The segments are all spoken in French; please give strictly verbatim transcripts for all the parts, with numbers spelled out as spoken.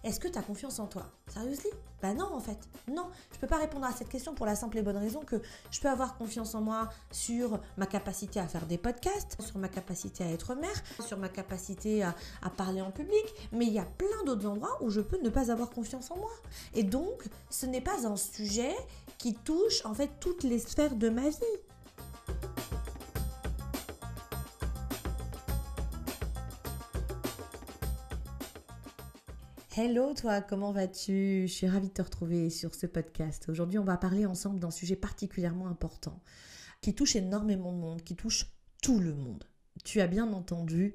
est-ce que tu as confiance en toi? Seriously? Bah non en fait, non. Je peux pas répondre à cette question pour la simple et bonne raison que je peux avoir confiance en moi sur ma capacité à faire des podcasts, sur ma capacité à être mère, sur ma capacité à, à parler en public, mais il y a plein d'autres endroits où je peux ne pas avoir confiance en moi. Et donc, ce n'est pas un sujet qui touche en fait toutes les sphères de ma vie. Hello toi, comment vas-tu? Je suis ravie de te retrouver sur ce podcast. Aujourd'hui, on va parler ensemble d'un sujet particulièrement important qui touche énormément de monde, qui touche tout le monde. Tu as bien entendu,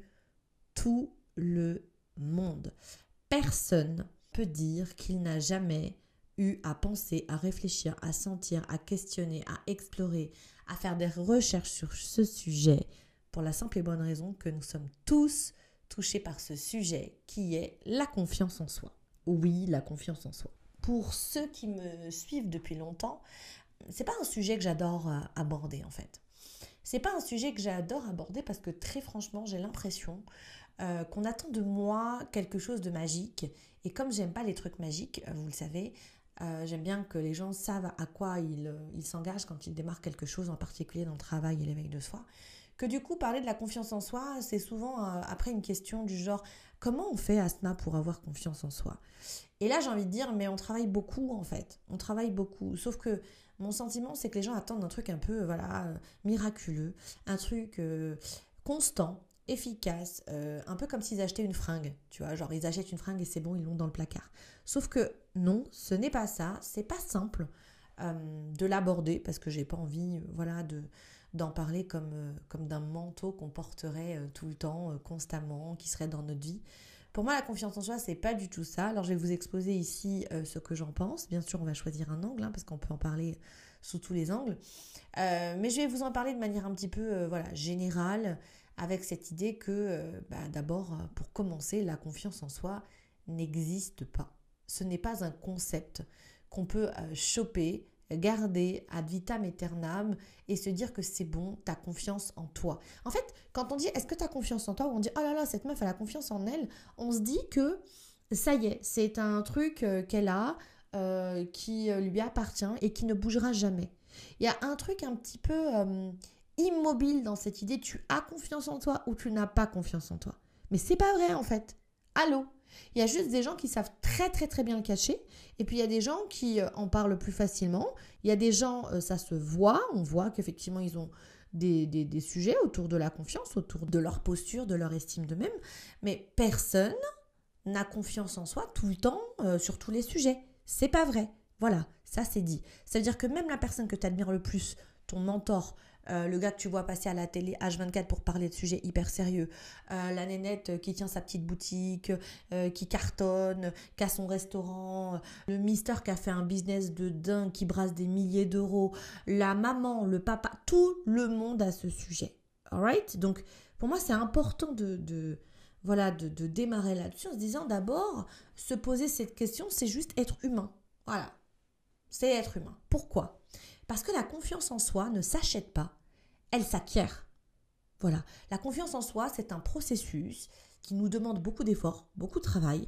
tout le monde. Personne peut dire qu'il n'a jamais eu à penser, à réfléchir, à sentir, à questionner, à explorer, à faire des recherches sur ce sujet pour la simple et bonne raison que nous sommes tous touché par ce sujet qui est la confiance en soi. Oui, la confiance en soi. Pour ceux qui me suivent depuis longtemps, c'est pas un sujet que j'adore aborder en fait. C'est pas un sujet que j'adore aborder parce que très franchement, j'ai l'impression euh, qu'on attend de moi quelque chose de magique. Et comme j'aime pas les trucs magiques, vous le savez, euh, j'aime bien que les gens savent à quoi ils, ils s'engagent quand ils démarrent quelque chose, en particulier dans le travail et l'éveil de soi. Que du coup, parler de la confiance en soi, c'est souvent euh, après une question du genre « Comment on fait, Asma, pour avoir confiance en soi ?» Et là, j'ai envie de dire « Mais on travaille beaucoup, en fait. On travaille beaucoup. » Sauf que mon sentiment, c'est que les gens attendent un truc un peu voilà, euh, miraculeux, un truc euh, constant, efficace, euh, un peu comme s'ils achetaient une fringue. Tu vois, genre ils achètent une fringue et c'est bon, ils l'ont dans le placard. Sauf que non, ce n'est pas ça. C'est pas simple euh, de l'aborder parce que j'ai pas envie euh, voilà, de... d'en parler comme, euh, comme d'un manteau qu'on porterait euh, tout le temps, euh, constamment, qui serait dans notre vie. Pour moi, la confiance en soi, c'est pas du tout ça. Alors, je vais vous exposer ici euh, ce que j'en pense. Bien sûr, on va choisir un angle, hein, parce qu'on peut en parler sous tous les angles. Euh, mais je vais vous en parler de manière un petit peu euh, voilà, générale, avec cette idée que, euh, bah, d'abord, pour commencer, la confiance en soi n'existe pas. Ce n'est pas un concept qu'on peut euh, choper, garder ad vitam aeternam et se dire que c'est bon, tu as confiance en toi. En fait, quand on dit est-ce que tu as confiance en toi, ou on dit oh là là, cette meuf elle a confiance en elle, on se dit que ça y est, c'est un truc euh, qu'elle a, euh, qui euh, lui appartient et qui ne bougera jamais. Il y a un truc un petit peu euh, immobile dans cette idée, tu as confiance en toi ou tu n'as pas confiance en toi. Mais c'est pas vrai en fait. Allô? Il y a juste des gens qui savent très très très bien le cacher et puis il y a des gens qui euh, en parlent plus facilement. Il y a des gens, euh, ça se voit, on voit qu'effectivement ils ont des, des, des sujets autour de la confiance, autour de leur posture, de leur estime d'eux-mêmes, mais personne n'a confiance en soi tout le temps euh, sur tous les sujets. C'est pas vrai. Voilà, ça c'est dit. Ça veut dire que même la personne que tu admires le plus, ton mentor, Euh, le gars que tu vois passer à la télé H vingt-quatre pour parler de sujets hyper sérieux, euh, la nénette qui tient sa petite boutique, euh, qui cartonne, qui a son restaurant, le mister qui a fait un business de dingue, qui brasse des milliers d'euros, la maman, le papa, tout le monde a ce sujet. Alright? Donc pour moi c'est important de, de, voilà, de, de démarrer là-dessus en se disant d'abord, se poser cette question, c'est juste être humain. Voilà, c'est être humain. Pourquoi ? Parce que la confiance en soi ne s'achète pas, elle s'acquiert. Voilà, la confiance en soi, c'est un processus qui nous demande beaucoup d'efforts, beaucoup de travail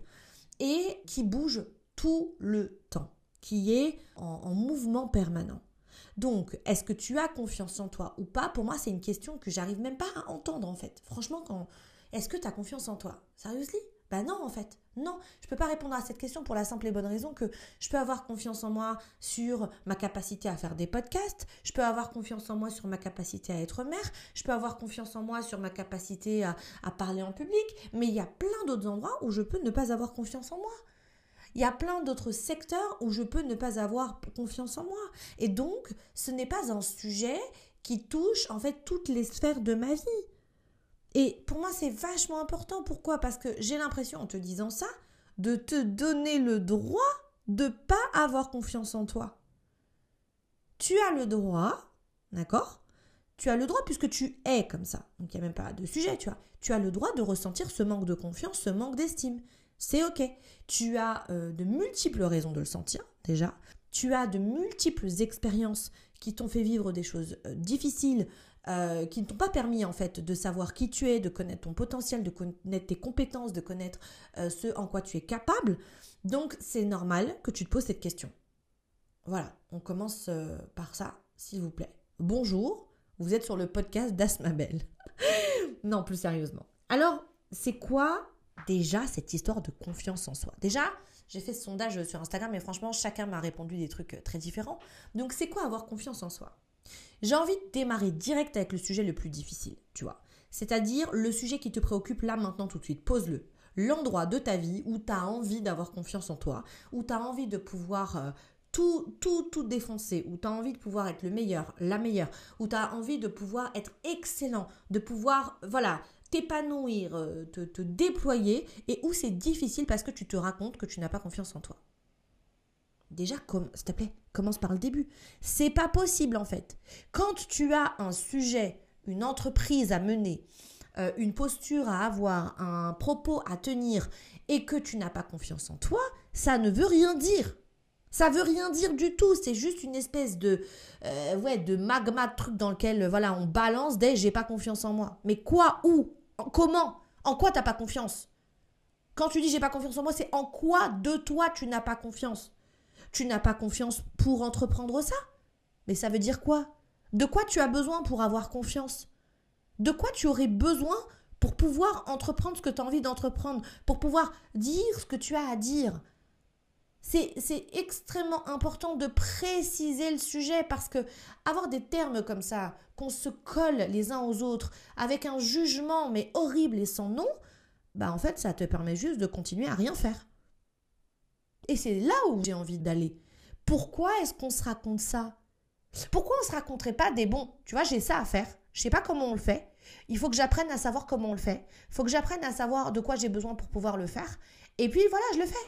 et qui bouge tout le temps, qui est en, en mouvement permanent. Donc, est-ce que tu as confiance en toi ou pas? Pour moi, c'est une question que j'arrive même pas à entendre en fait. Franchement, quand est-ce que tu as confiance en toi? Seriously? Ben non en fait, non, je peux pas répondre à cette question pour la simple et bonne raison que je peux avoir confiance en moi sur ma capacité à faire des podcasts, je peux avoir confiance en moi sur ma capacité à être mère, je peux avoir confiance en moi sur ma capacité à, à parler en public, mais il y a plein d'autres endroits où je peux ne pas avoir confiance en moi. Il y a plein d'autres secteurs où je peux ne pas avoir confiance en moi. Et donc, ce n'est pas un sujet qui touche en fait toutes les sphères de ma vie. Et pour moi, c'est vachement important. Pourquoi ? Parce que j'ai l'impression, en te disant ça, de te donner le droit de ne pas avoir confiance en toi. Tu as le droit, d'accord ? Tu as le droit puisque tu es comme ça. Donc, il n'y a même pas de sujet, tu vois. Tu as le droit de ressentir ce manque de confiance, ce manque d'estime. C'est ok. Tu as euh, de multiples raisons de le sentir, déjà. Tu as de multiples expériences qui t'ont fait vivre des choses euh, difficiles, euh, qui ne t'ont pas permis en fait de savoir qui tu es, de connaître ton potentiel, de connaître tes compétences, de connaître euh, ce en quoi tu es capable. Donc c'est normal que tu te poses cette question. Voilà, on commence euh, par ça, s'il vous plaît. Bonjour, vous êtes sur le podcast d'Asmabel. Non, plus sérieusement. Alors, c'est quoi déjà cette histoire de confiance en soi? Déjà, j'ai fait ce sondage sur Instagram, mais franchement, chacun m'a répondu des trucs très différents. Donc, c'est quoi avoir confiance en soi? J'ai envie de démarrer direct avec le sujet le plus difficile, tu vois. C'est-à-dire le sujet qui te préoccupe là, maintenant, tout de suite. Pose-le. L'endroit de ta vie où tu as envie d'avoir confiance en toi, où tu as envie de pouvoir euh, tout, tout, tout défoncer, où tu as envie de pouvoir être le meilleur, la meilleure, où tu as envie de pouvoir être excellent, de pouvoir, voilà, t'épanouir, te, te déployer, et où c'est difficile parce que tu te racontes que tu n'as pas confiance en toi. Déjà, com- s'il te plaît, commence par le début. C'est pas possible en fait. Quand tu as un sujet, une entreprise à mener, euh, une posture à avoir, un propos à tenir, et que tu n'as pas confiance en toi, ça ne veut rien dire. Ça veut rien dire du tout, c'est juste une espèce de, euh, ouais, de magma de truc dans lequel voilà, on balance des « j'ai pas confiance en moi ». Mais quoi, où, comment, en quoi t'as pas confiance? Quand tu dis « j'ai pas confiance en moi », c'est en quoi de toi tu n'as pas confiance? Tu n'as pas confiance pour entreprendre ça? Mais ça veut dire quoi? De quoi tu as besoin pour avoir confiance? De quoi tu aurais besoin pour pouvoir entreprendre ce que tu as envie d'entreprendre? Pour pouvoir dire ce que tu as à dire? C'est, c'est extrêmement important de préciser le sujet parce que avoir des termes comme ça, qu'on se colle les uns aux autres avec un jugement mais horrible et sans nom, bah en fait ça te permet juste de continuer à rien faire. Et c'est là où j'ai envie d'aller. Pourquoi est-ce qu'on se raconte ça? Pourquoi on ne se raconterait pas des bons, tu vois, j'ai ça à faire, je ne sais pas comment on le fait, il faut que j'apprenne à savoir comment on le fait, il faut que j'apprenne à savoir de quoi j'ai besoin pour pouvoir le faire, et puis voilà, je le fais.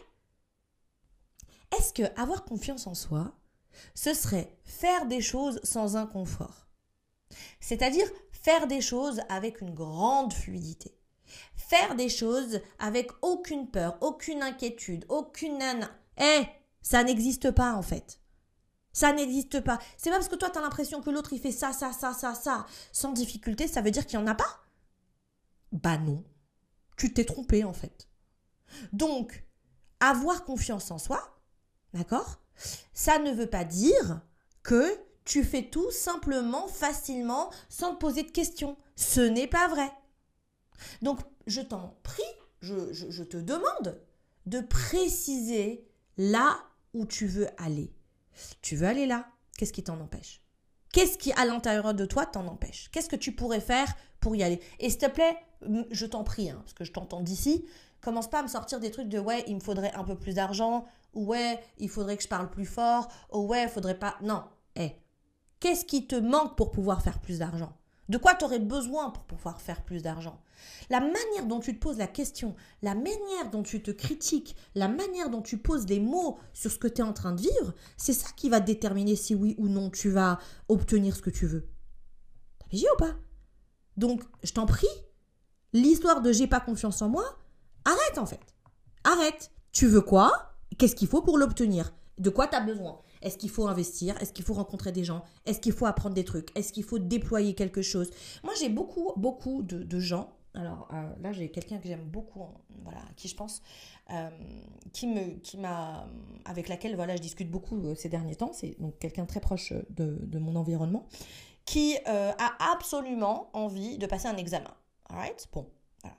Est-ce que avoir confiance en soi, ce serait faire des choses sans inconfort? C'est-à-dire faire des choses avec une grande fluidité. Faire des choses avec aucune peur, aucune inquiétude, aucune... Eh, hey, ça n'existe pas en fait. Ça n'existe pas. C'est pas parce que toi, tu as l'impression que l'autre, il fait ça, ça, ça, ça, ça, sans difficulté, ça veut dire qu'il n'y en a pas? Bah non. Tu t'es trompé en fait. Donc, avoir confiance en soi, d'accord? Ça ne veut pas dire que tu fais tout simplement, facilement, sans te poser de questions. Ce n'est pas vrai. Donc, je t'en prie, je, je, je te demande de préciser là où tu veux aller. Tu veux aller là? Qu'est-ce qui t'en empêche? Qu'est-ce qui, à l'intérieur de toi, t'en empêche? Qu'est-ce que tu pourrais faire pour y aller? Et s'il te plaît, je t'en prie, hein, parce que je t'entends d'ici, commence pas à me sortir des trucs de « ouais, il me faudrait un peu plus d'argent » ou « ouais, il faudrait que je parle plus fort » ou « ouais, il faudrait pas… » Non, hé, hey, qu'est-ce qui te manque pour pouvoir faire plus d'argent? De quoi tu aurais besoin pour pouvoir faire plus d'argent? La manière dont tu te poses la question, la manière dont tu te critiques, la manière dont tu poses des mots sur ce que tu es en train de vivre, c'est ça qui va déterminer si oui ou non tu vas obtenir ce que tu veux. T'as pigé ou pas? Donc, je t'en prie, l'histoire de « j'ai pas confiance en moi », arrête en fait. Arrête. Tu veux quoi? Qu'est-ce qu'il faut pour l'obtenir? De quoi tu as besoin? Est-ce qu'il faut investir? Est-ce qu'il faut rencontrer des gens? Est-ce qu'il faut apprendre des trucs? Est-ce qu'il faut déployer quelque chose? Moi, j'ai beaucoup, beaucoup de, de gens. Alors euh, là, j'ai quelqu'un que j'aime beaucoup, hein, voilà, à qui je pense, euh, qui me, qui m'a, avec laquelle voilà, je discute beaucoup euh, ces derniers temps. C'est donc quelqu'un très proche de, de mon environnement, qui euh, a absolument envie de passer un examen. All right? Bon.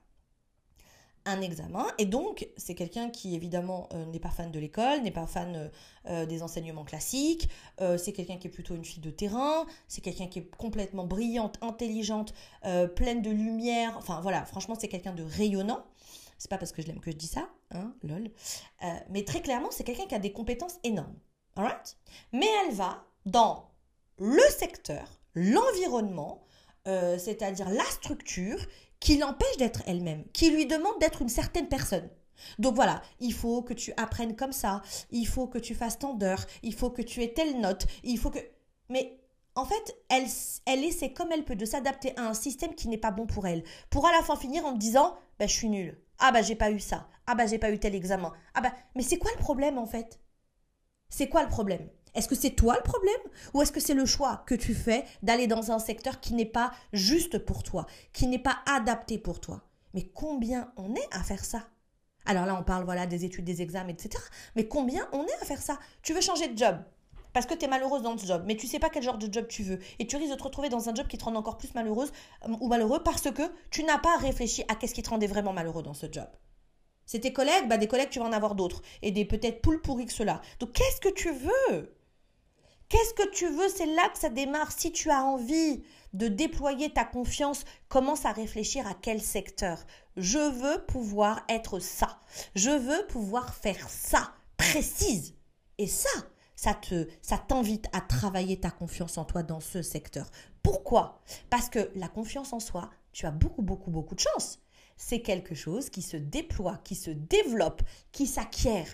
Un examen, et donc c'est quelqu'un qui évidemment euh, n'est pas fan de l'école, n'est pas fan euh, des enseignements classiques, euh, c'est quelqu'un qui est plutôt une fille de terrain, c'est quelqu'un qui est complètement brillante, intelligente, euh, pleine de lumière, enfin voilà, franchement c'est quelqu'un de rayonnant, c'est pas parce que je l'aime que je dis ça, hein, lol, euh, mais très clairement c'est quelqu'un qui a des compétences énormes, alright? Mais elle va dans le secteur, l'environnement, euh, c'est-à-dire la structure, qui l'empêche d'être elle-même, qui lui demande d'être une certaine personne. Donc voilà, il faut que tu apprennes comme ça, il faut que tu fasses tant d'heures, il faut que tu aies telle note, il faut que... Mais en fait, elle, elle essaie comme elle peut de s'adapter à un système qui n'est pas bon pour elle, pour à la fin finir en te disant bah, « je suis nulle, ah bah j'ai pas eu ça, ah bah j'ai pas eu tel examen, ah bah... » Mais c'est quoi le problème en fait? C'est quoi le problème? Est-ce que c'est toi le problème ou est-ce que c'est le choix que tu fais d'aller dans un secteur qui n'est pas juste pour toi, qui n'est pas adapté pour toi? Mais combien on est à faire ça? Alors là, on parle voilà des études, des examens, et cetera. Mais combien on est à faire ça? Tu veux changer de job parce que tu es malheureuse dans ce job, mais tu sais pas quel genre de job tu veux. Et tu risques de te retrouver dans un job qui te rend encore plus malheureuse euh, ou malheureux parce que tu n'as pas réfléchi à qu'est-ce qui te rendait vraiment malheureux dans ce job. C'est tes collègues, bah des collègues, tu vas en avoir d'autres. Et des peut-être poules pour X là. Donc qu'est-ce que tu veux? Qu'est-ce que tu veux? C'est là que ça démarre. Si tu as envie de déployer ta confiance, commence à réfléchir à quel secteur. Je veux pouvoir être ça. Je veux pouvoir faire ça. Précise. Et ça, ça te, ça t'invite à travailler ta confiance en toi dans ce secteur. Pourquoi? Parce que la confiance en soi, tu as beaucoup, beaucoup, beaucoup de chance. C'est quelque chose qui se déploie, qui se développe, qui s'acquiert.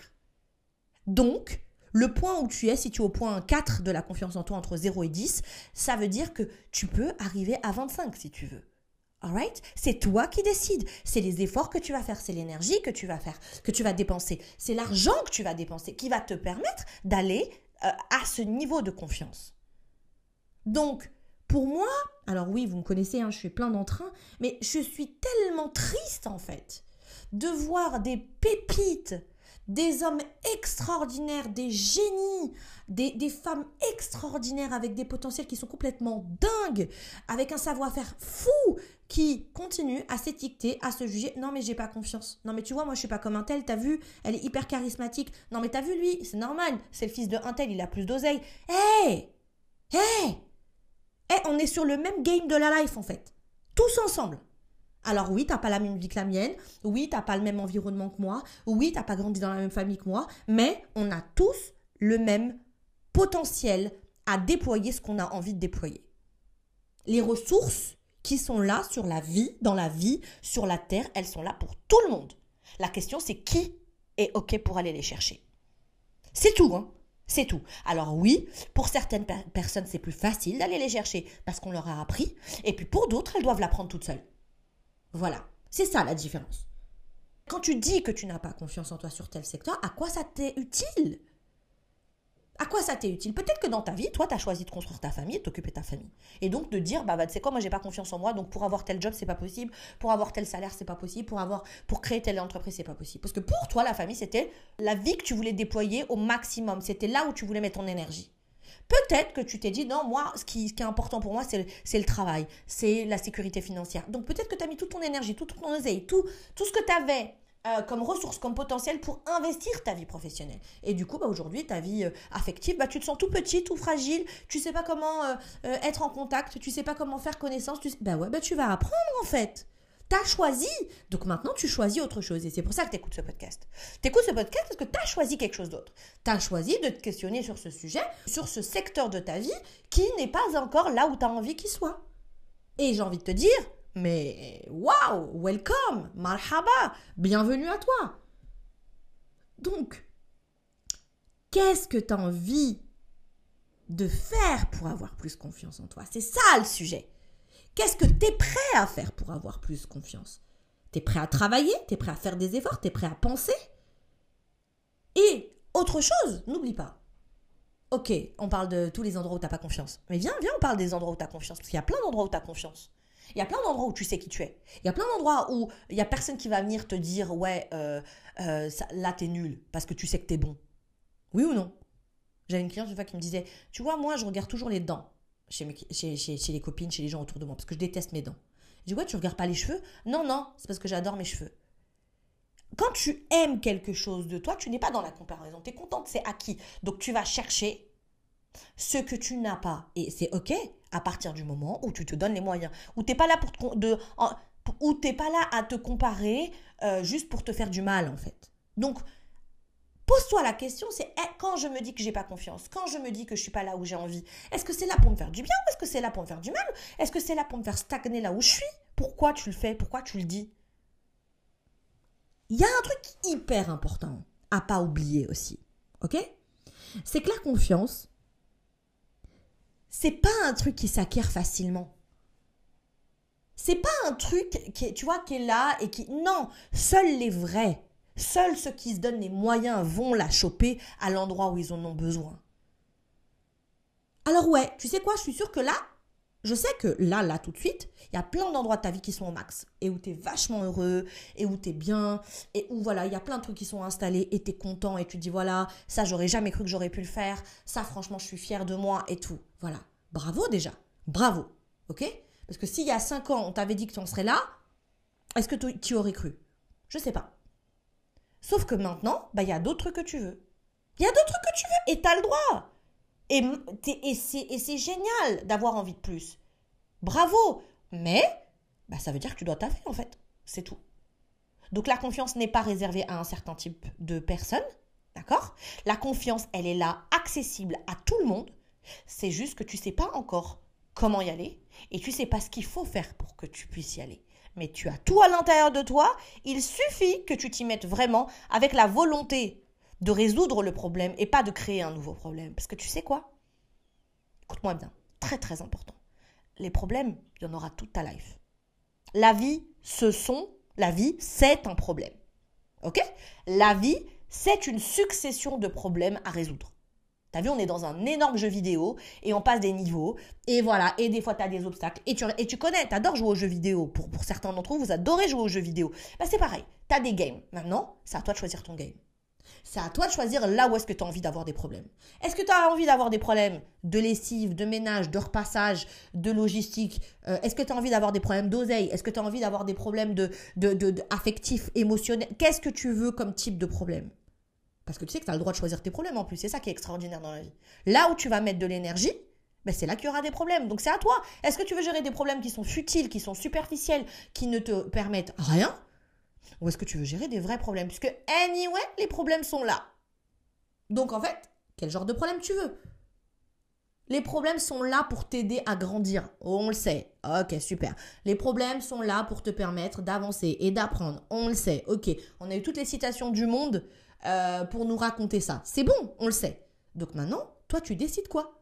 Donc, le point où tu es, si tu es au point quatre de la confiance en toi entre zéro et dix, ça veut dire que tu peux arriver à vingt-cinq si tu veux. Alright? C'est toi qui décides. C'est les efforts que tu vas faire, c'est l'énergie que tu vas faire, que tu vas dépenser. C'est l'argent que tu vas dépenser qui va te permettre d'aller euh, à ce niveau de confiance. Donc, pour moi, alors oui, vous me connaissez, hein, je suis plein d'entrain, mais je suis tellement triste en fait de voir des pépites, des hommes extraordinaires, des génies, des, des femmes extraordinaires avec des potentiels qui sont complètement dingues, avec un savoir-faire fou, qui continuent à s'étiqueter, à se juger. Non mais j'ai pas confiance. Non mais tu vois, moi je suis pas comme un tel, t'as vu, elle est hyper charismatique. Non mais t'as vu lui, c'est normal, c'est le fils de un tel, il a plus d'oseille. Hé hey Hé hey hey, on est sur le même game de la life en fait, tous ensemble. Alors oui, t'as pas la même vie que la mienne, oui, t'as pas le même environnement que moi, oui, t'as pas grandi dans la même famille que moi, mais on a tous le même potentiel à déployer ce qu'on a envie de déployer. Les ressources qui sont là sur la vie, dans la vie, sur la terre, elles sont là pour tout le monde. La question, c'est qui est OK pour aller les chercher. C'est tout, hein. C'est tout. Alors oui, pour certaines per- personnes, c'est plus facile d'aller les chercher parce qu'on leur a appris, et puis pour d'autres, elles doivent l'apprendre toutes seules. Voilà, c'est ça la différence. Quand tu dis que tu n'as pas confiance en toi sur tel secteur, à quoi ça t'est utile? À quoi ça t'est utile? Peut-être que dans ta vie, toi, tu as choisi de construire ta famille et de t'occuper de ta famille. Et donc de dire, bah, bah tu sais quoi, moi, j'ai pas confiance en moi, donc pour avoir tel job, c'est pas possible, pour avoir tel salaire, c'est pas possible, pour, avoir, pour créer telle entreprise, c'est pas possible. Parce que pour toi, la famille, c'était la vie que tu voulais déployer au maximum. C'était là où tu voulais mettre ton énergie. Peut-être que tu t'es dit, non, moi, ce qui, ce qui est important pour moi, c'est le, c'est le travail, c'est la sécurité financière. Donc peut-être que tu as mis toute ton énergie, toute ton oseille, tout, tout ce que tu avais euh, comme ressources, comme potentiel pour investir ta vie professionnelle. Et du coup, bah, aujourd'hui, ta vie euh, affective, bah, tu te sens tout petit, tout fragile, tu sais pas comment euh, euh, être en contact, tu sais pas comment faire connaissance, tu sais... bah ouais, bah tu vas apprendre en fait. T'as choisi, donc maintenant tu choisis autre chose et c'est pour ça que tu écoutes ce podcast. Tu écoutes ce podcast parce que tu as choisi quelque chose d'autre. Tu as choisi de te questionner sur ce sujet, sur ce secteur de ta vie qui n'est pas encore là où tu as envie qu'il soit. Et j'ai envie de te dire, mais waouh, welcome, marhaba, bienvenue à toi. Donc, qu'est-ce que tu as envie de faire pour avoir plus confiance en toi? C'est ça le sujet. Qu'est-ce que tu es prêt à faire pour avoir plus confiance? Tu es prêt à travailler? Tu es prêt à faire des efforts? Tu es prêt à penser? Et autre chose, n'oublie pas. Ok, on parle de tous les endroits où tu n'as pas confiance. Mais viens, viens, on parle des endroits où tu as confiance. Parce qu'il y a plein d'endroits où tu as confiance. Il y a plein d'endroits où tu sais qui tu es. Il y a plein d'endroits où il n'y a personne qui va venir te dire « Ouais, euh, euh, ça, là, t'es nul parce que tu sais que t'es bon. » Oui ou non? J'avais une cliente une fois qui me disait « Tu vois, moi, je regarde toujours les dents. » Chez, mes, chez, chez, chez les copines, chez les gens autour de moi, parce que je déteste mes dents. Je dis, ouais, tu regardes pas les cheveux? Non, non, c'est parce que j'adore mes cheveux. Quand tu aimes quelque chose de toi, tu n'es pas dans la comparaison. Tu es contente, c'est acquis. Donc, tu vas chercher ce que tu n'as pas. Et c'est OK à partir du moment où tu te donnes les moyens. Où tu n'es pas là pour te, de, où t'es pas là à te comparer euh, juste pour te faire du mal, en fait. Donc, pose-toi la question, c'est hey, quand je me dis que j'ai pas confiance, quand je me dis que je suis pas là où j'ai envie, est-ce que c'est là pour me faire du bien ou est-ce que c'est là pour me faire du mal? Est-ce que c'est là pour me faire stagner là où je suis? Pourquoi tu le fais? Pourquoi tu le dis? Il y a un truc hyper important à pas oublier aussi, ok? C'est que la confiance, c'est pas un truc qui s'acquiert facilement. C'est pas un truc qui est, tu vois, qui est là et qui... Non, seuls les vrais. Seuls ceux qui se donnent les moyens vont la choper à l'endroit où ils en ont besoin. Alors ouais, tu sais quoi, je suis sûre que là, je sais que là, là, tout de suite, il y a plein d'endroits de ta vie qui sont au max et où tu es vachement heureux et où tu es bien et où voilà, il y a plein de trucs qui sont installés et tu es content et tu te dis voilà, ça, j'aurais jamais cru que j'aurais pu le faire. Ça, franchement, je suis fière de moi et tout. Voilà. Bravo déjà. Bravo. Ok? Parce que s'il y a cinq ans, on t'avait dit que tu en serais là, est-ce que tu y aurais cru? Je sais pas. Sauf que maintenant, bah, il y a d'autres trucs que tu veux. Il y a d'autres trucs que tu veux et tu as le droit. Et, et c'est génial d'avoir envie de plus. Bravo. Mais bah, ça veut dire que tu dois taffer en fait. C'est tout. Donc la confiance n'est pas réservée à un certain type de personnes. D'accord? La confiance, elle est là, accessible à tout le monde. C'est juste que tu ne sais pas encore comment y aller et tu ne sais pas ce qu'il faut faire pour que tu puisses y aller. Mais tu as tout à l'intérieur de toi. Il suffit que tu t'y mettes vraiment avec la volonté de résoudre le problème et pas de créer un nouveau problème. Parce que tu sais quoi? Écoute-moi bien, très très important. Les problèmes, il y en aura toute ta life. La vie, ce sont, la vie, c'est un problème. Ok? La vie, c'est une succession de problèmes à résoudre. T'as vu, on est dans un énorme jeu vidéo et on passe des niveaux et voilà, et des fois t'as des obstacles et tu, et tu connais, t'adores jouer aux jeux vidéo. Pour, pour certains d'entre vous, vous adorez jouer aux jeux vidéo. Bah, c'est pareil, t'as des games. Maintenant, c'est à toi de choisir ton game. C'est à toi de choisir là où est-ce que tu as envie d'avoir des problèmes. Est-ce que tu as envie d'avoir des problèmes de lessive, de ménage, de repassage, de logistique? euh, Est-ce que tu as envie d'avoir des problèmes d'oseille? Est-ce que tu as envie d'avoir des problèmes de, de, de, de affectifs, émotionnels? Qu'est-ce que tu veux comme type de problème? Parce que tu sais que tu as le droit de choisir tes problèmes en plus. C'est ça qui est extraordinaire dans la vie. Là où tu vas mettre de l'énergie, ben c'est là qu'il y aura des problèmes. Donc c'est à toi. Est-ce que tu veux gérer des problèmes qui sont futiles, qui sont superficiels, qui ne te permettent rien? Ou est-ce que tu veux gérer des vrais problèmes? Puisque, anyway, les problèmes sont là. Donc, en fait, quel genre de problème tu veux? Les problèmes sont là pour t'aider à grandir. Oh, on le sait. Ok, super. Les problèmes sont là pour te permettre d'avancer et d'apprendre. On le sait. Ok, on a eu toutes les citations du monde euh, pour nous raconter ça. C'est bon, on le sait. Donc maintenant, toi, tu décides quoi?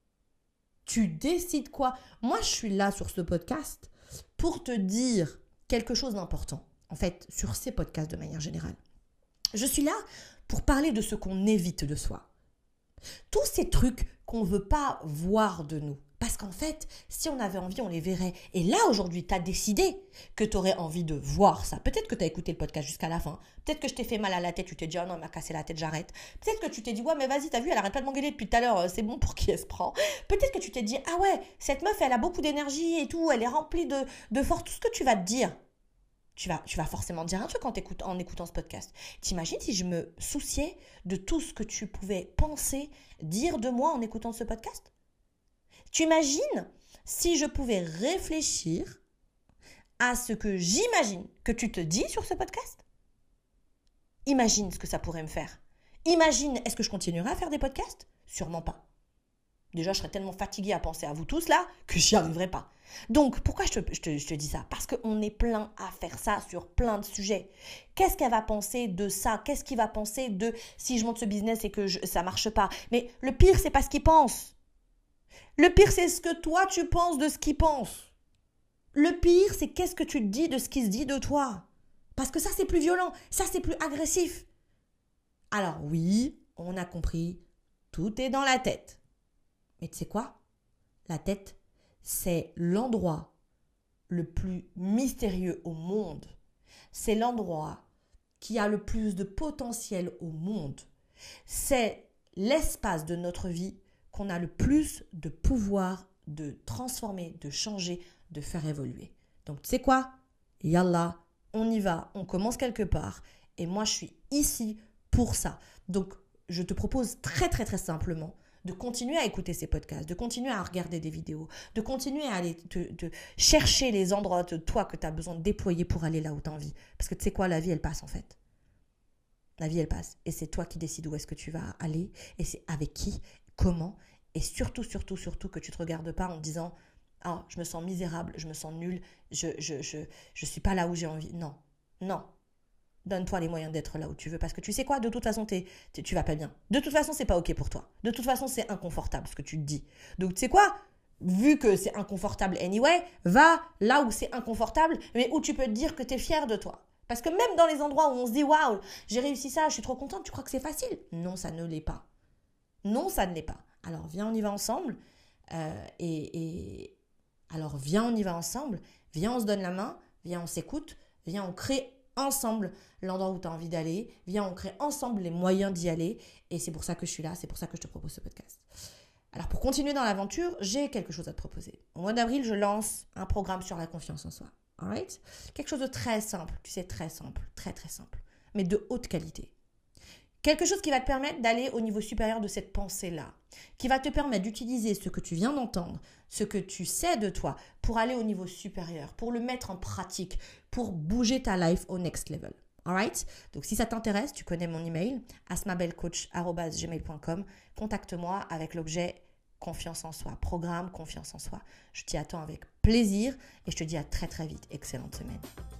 Tu décides quoi? Moi, je suis là sur ce podcast pour te dire quelque chose d'important. En fait, sur ces podcasts de manière générale. Je suis là pour parler de ce qu'on évite de soi. Tous ces trucs qu'on ne veut pas voir de nous. Parce qu'en fait, si on avait envie, on les verrait. Et là, aujourd'hui, tu as décidé que tu aurais envie de voir ça. Peut-être que tu as écouté le podcast jusqu'à la fin. Peut-être que je t'ai fait mal à la tête. Tu t'es dit, oh non, elle m'a cassé la tête, j'arrête. Peut-être que tu t'es dit, ouais, mais vas-y, t'as vu, elle arrête pas de m'engueuler depuis tout à l'heure. C'est bon pour qui elle se prend. Peut-être que tu t'es dit, ah ouais, cette meuf, elle a beaucoup d'énergie et tout. Elle est remplie de, de force. Tout ce que tu vas te dire. Tu vas, tu vas forcément dire un truc en, en écoutant ce podcast. T'imagines si je me souciais de tout ce que tu pouvais penser, dire de moi en écoutant ce podcast? Tu imagines si je pouvais réfléchir à ce que j'imagine que tu te dis sur ce podcast? Imagine ce que ça pourrait me faire. Imagine, est-ce que je continuerai à faire des podcasts? Sûrement pas. Déjà, je serais tellement fatiguée à penser à vous tous là que j'y arriverais pas. Donc, pourquoi je te, je te, je te dis ça? Parce qu'on est plein à faire ça sur plein de sujets. Qu'est-ce qu'elle va penser de ça? Qu'est-ce qu'il va penser de si je monte ce business et que je, ça marche pas? Mais le pire, c'est pas ce qu'il pense. Le pire, c'est ce que toi, tu penses de ce qu'il pense. Le pire, c'est qu'est-ce que tu te dis de ce qui se dit de toi. Parce que ça, c'est plus violent. Ça, c'est plus agressif. Alors oui, on a compris. Tout est dans la tête. Mais tu sais quoi? La tête, c'est l'endroit le plus mystérieux au monde. C'est l'endroit qui a le plus de potentiel au monde. C'est l'espace de notre vie qu'on a le plus de pouvoir de transformer, de changer, de faire évoluer. Donc tu sais quoi? Yallah, on y va, on commence quelque part. Et moi, je suis ici pour ça. Donc, je te propose très très très simplement de continuer à écouter ces podcasts, de continuer à regarder des vidéos, de continuer à aller te, te chercher les endroits de toi que tu as besoin de déployer pour aller là où tu as envie. Parce que tu sais quoi, la vie, elle passe en fait. La vie, elle passe. Et c'est toi qui décides où est-ce que tu vas aller, et c'est avec qui, comment, et surtout, surtout, surtout que tu ne te regardes pas en te disant « Ah, je me sens misérable, je me sens nulle, je ne je, je, je suis pas là où j'ai envie. » Non, non. Donne-toi les moyens d'être là où tu veux. Parce que tu sais quoi, de toute façon, t'es, t'es, tu vas pas bien. De toute façon, c'est pas OK pour toi. De toute façon, c'est inconfortable ce que tu te dis. Donc, tu sais quoi, vu que c'est inconfortable anyway, va là où c'est inconfortable, mais où tu peux te dire que tu es fier de toi. Parce que même dans les endroits où on se dit « Waouh, j'ai réussi ça, je suis trop contente », tu crois que c'est facile? Non, ça ne l'est pas. Non, ça ne l'est pas. Alors, viens, on y va ensemble. Euh, et, et alors, viens, on y va ensemble. Viens, on se donne la main. Viens, on s'écoute. Viens, on crée ensemble l'endroit où tu as envie d'aller. Viens, on crée ensemble les moyens d'y aller. Et c'est pour ça que je suis là. C'est pour ça que je te propose ce podcast. Alors, pour continuer dans l'aventure, j'ai quelque chose à te proposer. Au mois d'avril, je lance un programme sur la confiance en soi. Alright? Quelque chose de très simple. Tu sais, très simple. Très, très simple. Mais de haute qualité. Quelque chose qui va te permettre d'aller au niveau supérieur de cette pensée-là, qui va te permettre d'utiliser ce que tu viens d'entendre, ce que tu sais de toi, pour aller au niveau supérieur, pour le mettre en pratique, pour bouger ta life au next level. Alright? Donc si ça t'intéresse, tu connais mon email, asmabelcoach arobase gmail point com. Contacte-moi avec l'objet confiance en soi, programme confiance en soi. Je t'y attends avec plaisir et je te dis à très très vite. Excellente semaine.